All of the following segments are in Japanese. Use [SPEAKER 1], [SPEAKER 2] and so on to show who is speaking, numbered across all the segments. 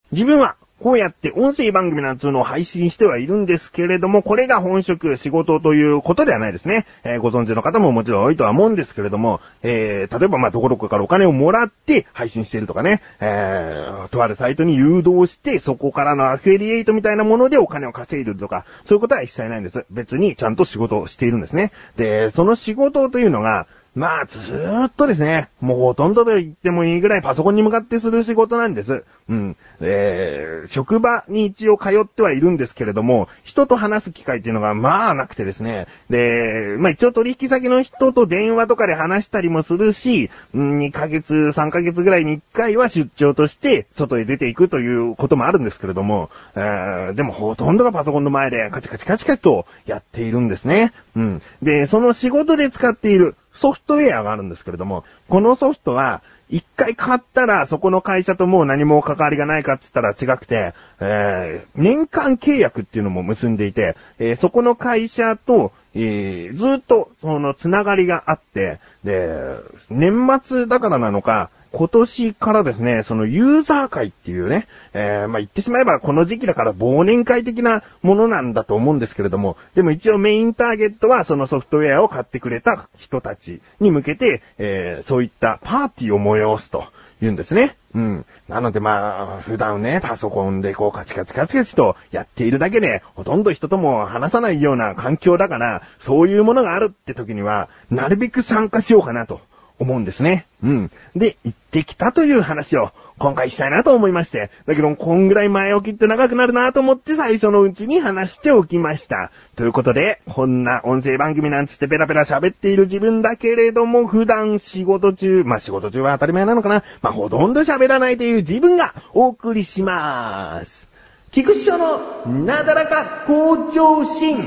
[SPEAKER 1] 自分はこうやって音声番組なんつうのを配信してはいるんですけれども、これが本職、仕事ということではないですね。ご存知の方ももちろん多いとは思うんですけれども、例えばどこどこからお金をもらって配信しているとかね、とあるサイトに誘導して、そこからのアフィリエイトみたいなものでお金を稼いでるとか、そういうことは一切ないんです。別にちゃんと仕事をしているんですね。で、その仕事というのが、ずーっとですね、もうほとんどと言ってもいいぐらいパソコンに向かってする仕事なんです。職場に一応通ってはいるんですけれども、人と話す機会っていうのがなくてですね。で、一応取引先の人と電話とかで話したりもするし、2ヶ月、3ヶ月ぐらいに1回は出張として外へ出ていくということもあるんですけれども、でもほとんどがパソコンの前でカチカチカチカチとやっているんですね。で、その仕事で使っているソフトウェアがあるんですけれども、このソフトは、一回買ったらそこの会社ともう何も関わりがないかって言ったら違くて、年間契約っていうのも結んでいて、そこの会社と、ずっとそのつながりがあって、で、年末だからなのか、今年からですね、そのユーザー会っていうね、言ってしまえばこの時期だから忘年会的なものなんだと思うんですけれども、でも一応メインターゲットはそのソフトウェアを買ってくれた人たちに向けて、そういったパーティーを催すと言うんですね。なので普段ね、パソコンでこうカチカチカチカチとやっているだけで、ほとんど人とも話さないような環境だから、そういうものがあるって時には、なるべく参加しようかなと思うんですね。で、行ってきたという話を今回したいなと思いまして。だけど、こんぐらい前置きって長くなるなと思って最初のうちに話しておきました。ということで、こんな音声番組なんつってペラペラ喋っている自分だけれども、普段仕事中は当たり前なのかな。ほとんど喋らないという自分がお送りします。菊師匠のなだらか向上心。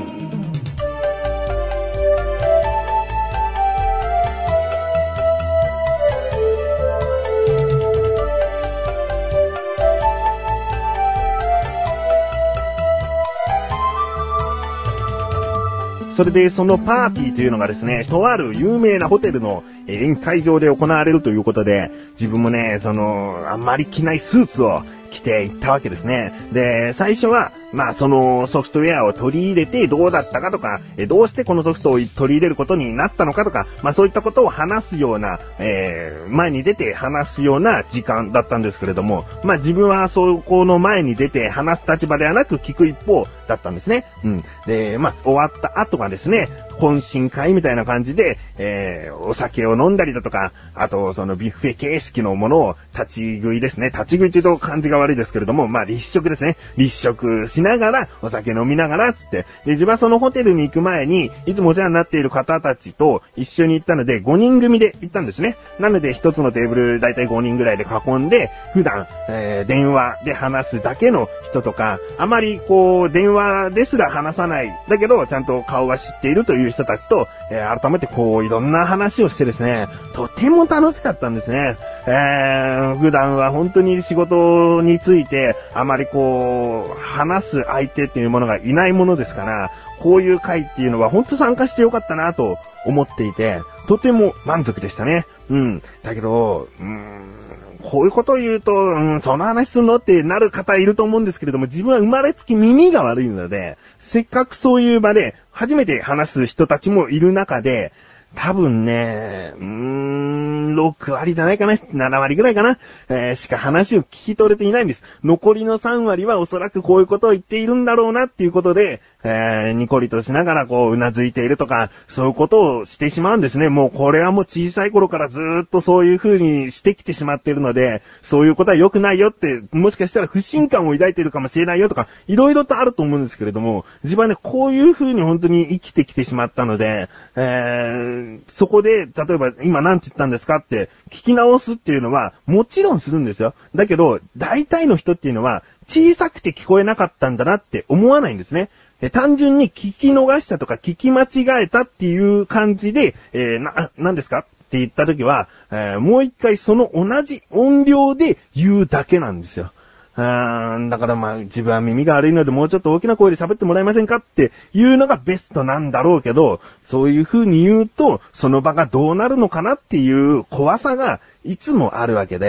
[SPEAKER 1] それで、そのパーティーというのがですね、とある有名なホテルの宴会場で行われるということで、自分もね、あんまり着ないスーツを着て行ったわけですね。で、最初は、そのソフトウェアを取り入れてどうだったかとか、どうしてこのソフトを取り入れることになったのかとか、そういったことを話すような、前に出て話すような時間だったんですけれども、自分はそこの前に出て話す立場ではなく聞く一方だったんですね。で、終わった後がですね、懇親会みたいな感じで、お酒を飲んだりだとか、あとそのビュッフェ形式のものを立ち食いですね。立ち食いって言うと感じが悪いですけれども、立食ですね。立食しながら、お酒飲みながら、つって。で、自分はそのホテルに行く前に、いつもお世話になっている方たちと一緒に行ったので、5人組で行ったんですね。なので、一つのテーブル、だいたい5人ぐらいで囲んで、普段、電話で話すだけの人とか、あまり電話ですら話さない。だけど、ちゃんと顔が知っているという人たちと、改めていろんな話をしてですね、とても楽しかったんですね。普段は本当に仕事について、あまり話す相手っていうものがいないものですから、こういう会っていうのは本当参加してよかったなと思っていて、とても満足でしたね。だけど、こういうことを言うと、その話するのってなる方いると思うんですけれども、自分は生まれつき耳が悪いので、せっかくそういう場で初めて話す人たちもいる中で、多分ね、6割じゃないかな、7割ぐらいかな、しか話を聞き取れていないんです。残りの3割はおそらくこういうことを言っているんだろうなっていうことで、ニコリとしながらうなずいているとか、そういうことをしてしまうんですね。もうこれはもう小さい頃からずーっとそういう風にしてきてしまっているので、そういうことは良くないよって、もしかしたら不信感を抱いているかもしれないよとか、いろいろとあると思うんですけれども、自分はね、こういう風に本当に生きてきてしまったので、そこで、例えば今何て言ったんですかって聞き直すっていうのはもちろんするんですよ。だけど、大体の人っていうのは小さくて聞こえなかったんだなって思わないんですね。単純に聞き逃したとか聞き間違えたっていう感じで、何ですかって言ったときは、もう一回その同じ音量で言うだけなんですよ。だから自分は耳が悪いのでもうちょっと大きな声で喋ってもらえませんかっていうのがベストなんだろうけど、そういう風に言うとその場がどうなるのかなっていう怖さがいつもあるわけで、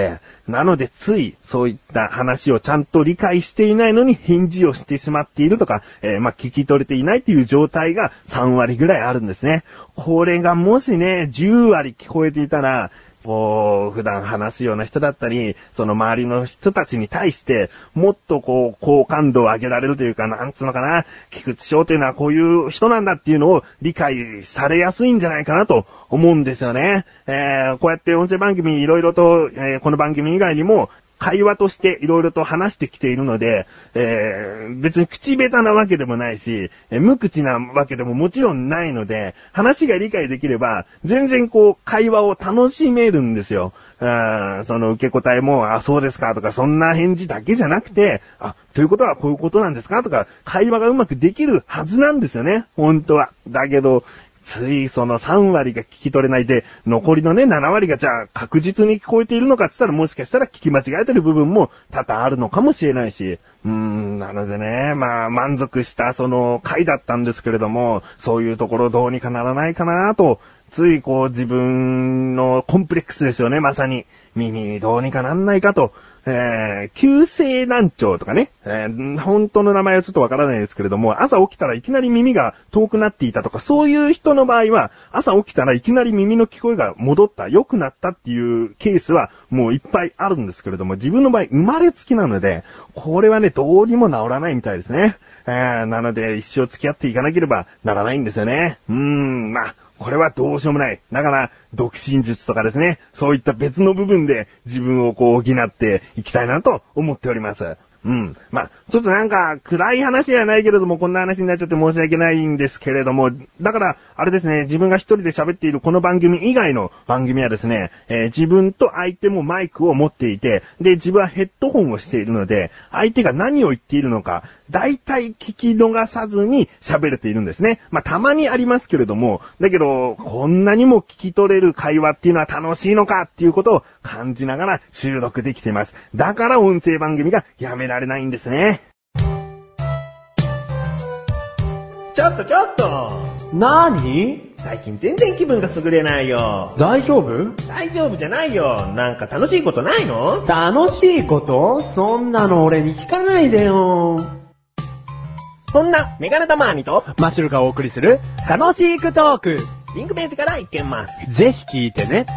[SPEAKER 1] なのでついそういった話をちゃんと理解していないのに返事をしてしまっているとか、聞き取れていないという状態が3割ぐらいあるんですね。これがもしね、10割聞こえていたら、普段話すような人だったり、その周りの人たちに対して、もっと好感度を上げられるというか、なんつうのかな、菊池翔というのはこういう人なんだっていうのを理解されやすいんじゃないかなと思うんですよね。こうやって音声番組いろいろと、この番組以外にも、会話としていろいろと話してきているので、別に口下手なわけでもないし、無口なわけでももちろんないので、話が理解できれば、全然会話を楽しめるんですよ。その受け答えも、そうですかとか、そんな返事だけじゃなくて、ということはこういうことなんですかとか、会話がうまくできるはずなんですよね、本当は。だけど、ついその3割が聞き取れないで、残りのね、7割がじゃあ確実に聞こえているのかって言ったら、もしかしたら聞き間違えてる部分も多々あるのかもしれないし、なのでね、満足したその回だったんですけれども、そういうところどうにかならないかなと、つい自分のコンプレックスですよね、まさに。耳どうにかなんないかと。急性難聴とかね、本当の名前はちょっとわからないですけれども、朝起きたらいきなり耳が遠くなっていたとか、そういう人の場合は、朝起きたらいきなり耳の聞こえが戻った、良くなったっていうケースはもういっぱいあるんですけれども、自分の場合生まれつきなので、これはね、どうにも治らないみたいですね。なので一生付き合っていかなければならないんですよね。これはどうしようもない。だから、独身術とかですね、そういった別の部分で自分を補っていきたいなと思っております。ちょっとなんか暗い話じゃないけれども、こんな話になっちゃって申し訳ないんですけれども、だから、あれですね、自分が一人で喋っているこの番組以外の番組はですね、自分と相手もマイクを持っていて、で、自分はヘッドホンをしているので、相手が何を言っているのか、大体聞き逃さずに喋れているんですね。たまにありますけれども、だけど、こんなにも聞き取れる会話っていうのは楽しいのかっていうことを感じながら収録できています。だから音声番組がやめられないんですね。ちょっと
[SPEAKER 2] 何？
[SPEAKER 1] 最近全然気分が優れないよ。
[SPEAKER 2] 大丈夫？
[SPEAKER 1] 大丈夫じゃないよ。なんか楽しいことないの？
[SPEAKER 2] 楽しいこと？そんなの俺に聞かないでよ。
[SPEAKER 1] そんなメガネタマーニと
[SPEAKER 2] マッシュルがお送りする楽しくトーク。
[SPEAKER 1] リンクページからいけます。
[SPEAKER 2] ぜひ聞いてね。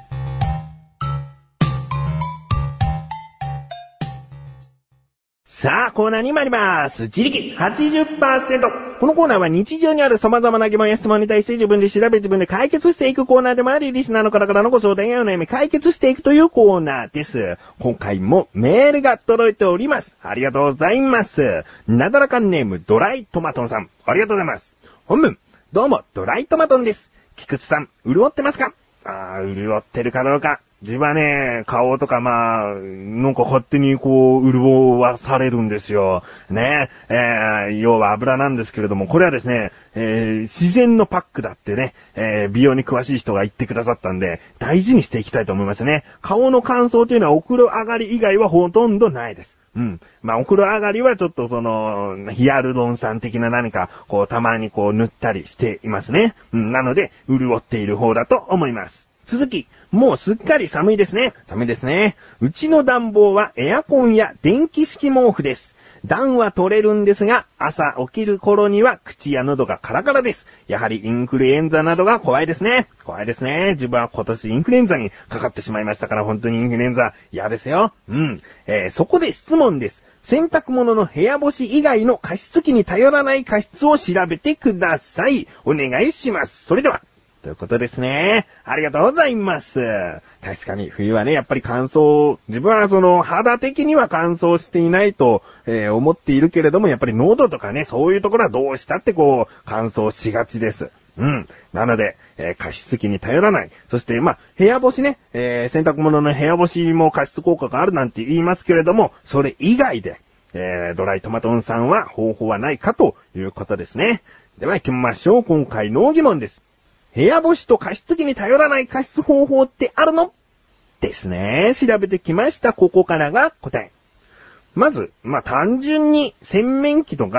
[SPEAKER 1] さあ、コーナーに参ります。自力 80%。このコーナーは日常にある様々な疑問や質問に対して自分で調べ自分で解決していくコーナーでもあり、リスナーの方からのご相談やお悩み解決していくというコーナーです。今回もメールが届いております。ありがとうございます。なだらかんネームドライトマトンさん。ありがとうございます。本文、どうもドライトマトンです。菊池さん、潤ってますか？潤ってるかどうか。自分はね、顔とかなんか勝手に潤わされるんですよ。ね。要は油なんですけれども、これはですね、自然のパックだってね、美容に詳しい人が言ってくださったんで、大事にしていきたいと思いますね。顔の乾燥というのはお風呂上がり以外はほとんどないです。お風呂上がりはちょっとヒアルロン酸的な何か、たまに塗ったりしていますね。なので、潤っている方だと思います。続き、もうすっかり寒いですね。寒いですね。うちの暖房はエアコンや電気式毛布です。暖は取れるんですが、朝起きる頃には口や喉がカラカラです。やはりインフルエンザなどが怖いですね。怖いですね。自分は今年インフルエンザにかかってしまいましたから、本当にインフルエンザ嫌ですよ。そこで質問です。洗濯物の部屋干し以外の加湿器に頼らない加湿を調べてください。お願いします。それでは。ということですね。ありがとうございます。確かに冬はね、やっぱり乾燥、自分は肌的には乾燥していないと、思っているけれども、やっぱり喉とかね、そういうところはどうしたって乾燥しがちです。なので、加湿器に頼らない。そして、部屋干しね、洗濯物の部屋干しも加湿効果があるなんて言いますけれども、それ以外で、ドライトマトンさんは方法はないかということですね。では行きましょう。今回の疑問です。部屋干しと加湿器に頼らない加湿方法ってあるの？ですね。調べてきました。ここからが答え。まず、単純に洗面器とか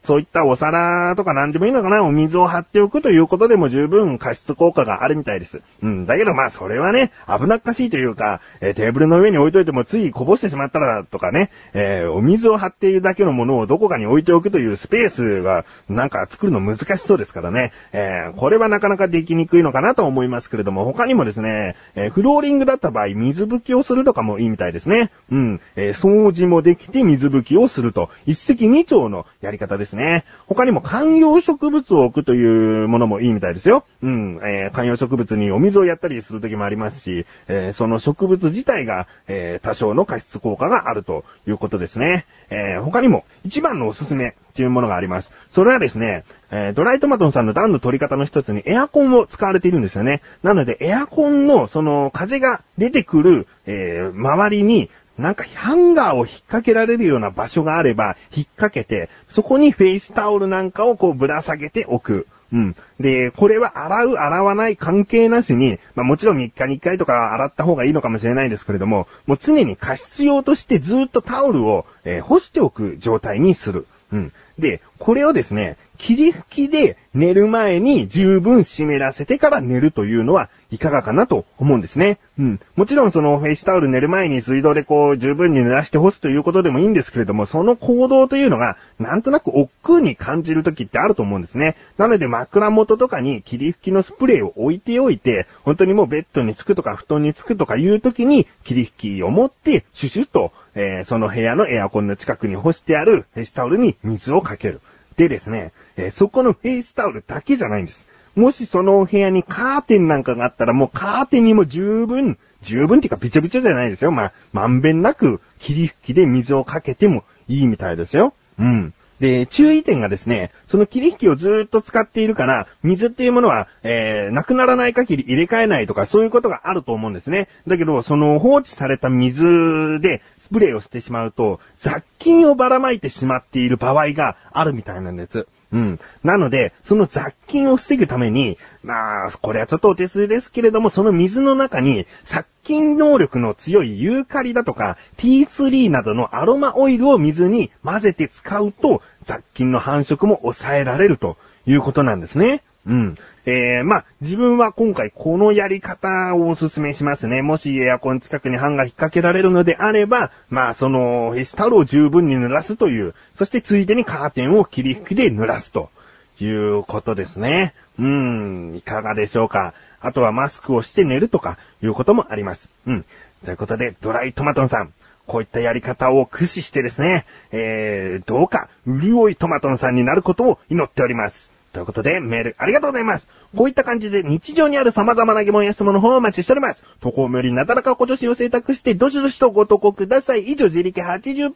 [SPEAKER 1] そういったお皿とか何でもいいのかな、お水を張っておくということでも十分加湿効果があるみたいです。だけどまあそれはね、危なっかしいというか、テーブルの上に置いといてもついこぼしてしまったらとかね、お水を張っているだけのものをどこかに置いておくというスペースがなんか作るの難しそうですからね、これはなかなかできにくいのかなと思いますけれども、他にもですね、フローリングだった場合水拭きをするとかもいいみたいですね。掃除もできて水拭きをすると一石二鳥のやり方ですね。他にも観葉植物を置くというものもいいみたいですよ。観葉植物にお水をやったりする時もありますし、その植物自体が、多少の加湿効果があるということですね。他にも一番のおすすめというものがあります。それはですね、ドライトマトンさんの暖の取り方の一つにエアコンを使われているんですよね。なのでエアコンのその風が出てくる、周りになんかハンガーを引っ掛けられるような場所があれば引っ掛けて、そこにフェイスタオルなんかをこうぶら下げておく。で、これは洗わない関係なしに、もちろん3日に1回とか洗った方がいいのかもしれないですけれども、もう常に加湿用としてずっとタオルを、干しておく状態にする。で、これをですね、霧吹きで寝る前に十分湿らせてから寝るというのはいかがかなと思うんですね。もちろんそのフェイスタオル寝る前に水道でこう十分に濡らして干すということでもいいんですけれども、その行動というのがなんとなく億劫に感じる時ってあると思うんですね。なので枕元とかに霧吹きのスプレーを置いておいて、本当にもうベッドにつくとか布団につくとかいう時に霧吹きを持ってシュシュと、その部屋のエアコンの近くに干してあるフェイスタオルに水をかける。でですね、そこのフェイスタオルだけじゃないんです。もしそのお部屋にカーテンなんかがあったらもうカーテンにも十分っていうかビチョビチョじゃないですよ。まんべんなく霧吹きで水をかけてもいいみたいですよ。で、注意点がですね、その霧吹きをずーっと使っているから、水っていうものは、なくならない限り入れ替えないとかそういうことがあると思うんですね。だけど、その放置された水でスプレーをしてしまうと、雑菌をばらまいてしまっている場合があるみたいなんです。なので、その雑菌を防ぐために、これはちょっとお手数ですけれども、その水の中に殺菌能力の強いユーカリだとか、ティーツリーなどのアロマオイルを水に混ぜて使うと、雑菌の繁殖も抑えられるということなんですね。自分は今回このやり方をお勧めしますね。もしエアコン近くにハンガー引っ掛けられるのであれば、そのフェイスタオルを十分に濡らすという、そしてついでにカーテンを霧吹きで濡らすということですね。いかがでしょうか。あとはマスクをして寝るとかいうこともあります。ということで、ドライトマトンさん。こういったやり方を駆使してですね、どうか、潤いトマトンさんになることを祈っております。ということで、メールありがとうございます。こういった感じで日常にある様々な疑問や質問の方をお待ちしております。投稿よりなだらかご女子を選択して、どしどしとご投稿ください。以上、自力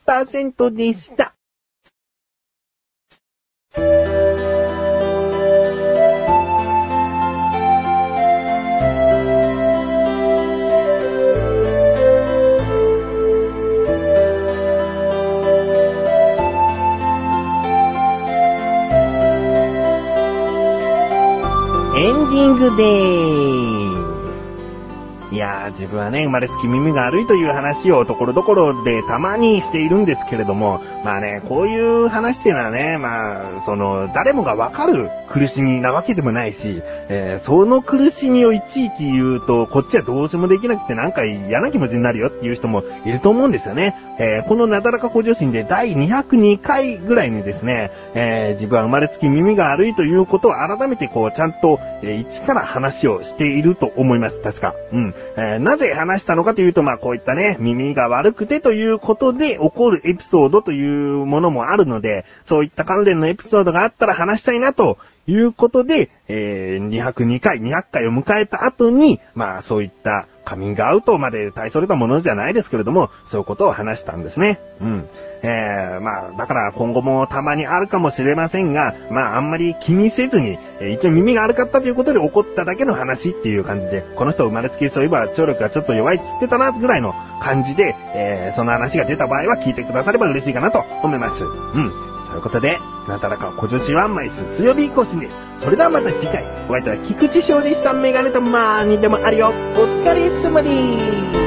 [SPEAKER 1] 80% でした。エンディングでーす。いやー、自分はね、生まれつき耳が悪いという話をところどころでたまにしているんですけれども、こういう話っていうのはね、誰もがわかる苦しみなわけでもないし、その苦しみをいちいち言うと、こっちはどうしようもできなくてなんか嫌な気持ちになるよっていう人もいると思うんですよね。このなだらか向上心で第202回ぐらいにですね、自分は生まれつき耳が悪いということを改めてちゃんと、一から話をしていると思います、確か。なぜ話したのかというと、こういったね、耳が悪くてということで起こるエピソードというものもあるので、そういった関連のエピソードがあったら話したいなということで、202回、200回を迎えた後に、そういったカミングアウトまで大それたものじゃないですけれども、そういうことを話したんですね。だから今後もたまにあるかもしれませんが、あんまり気にせずに、一応耳が悪かったということで起こっただけの話っていう感じで、この人生まれつきそういえば聴力がちょっと弱いっつってたなぐらいの感じで、その話が出た場合は聞いてくだされば嬉しいかなと思います。ということで、なだらか小女子は毎週水曜日更新です。それではまた次回、お会いいたい菊池翔でした。メガネとマーにでもあるよ。お疲れ様です。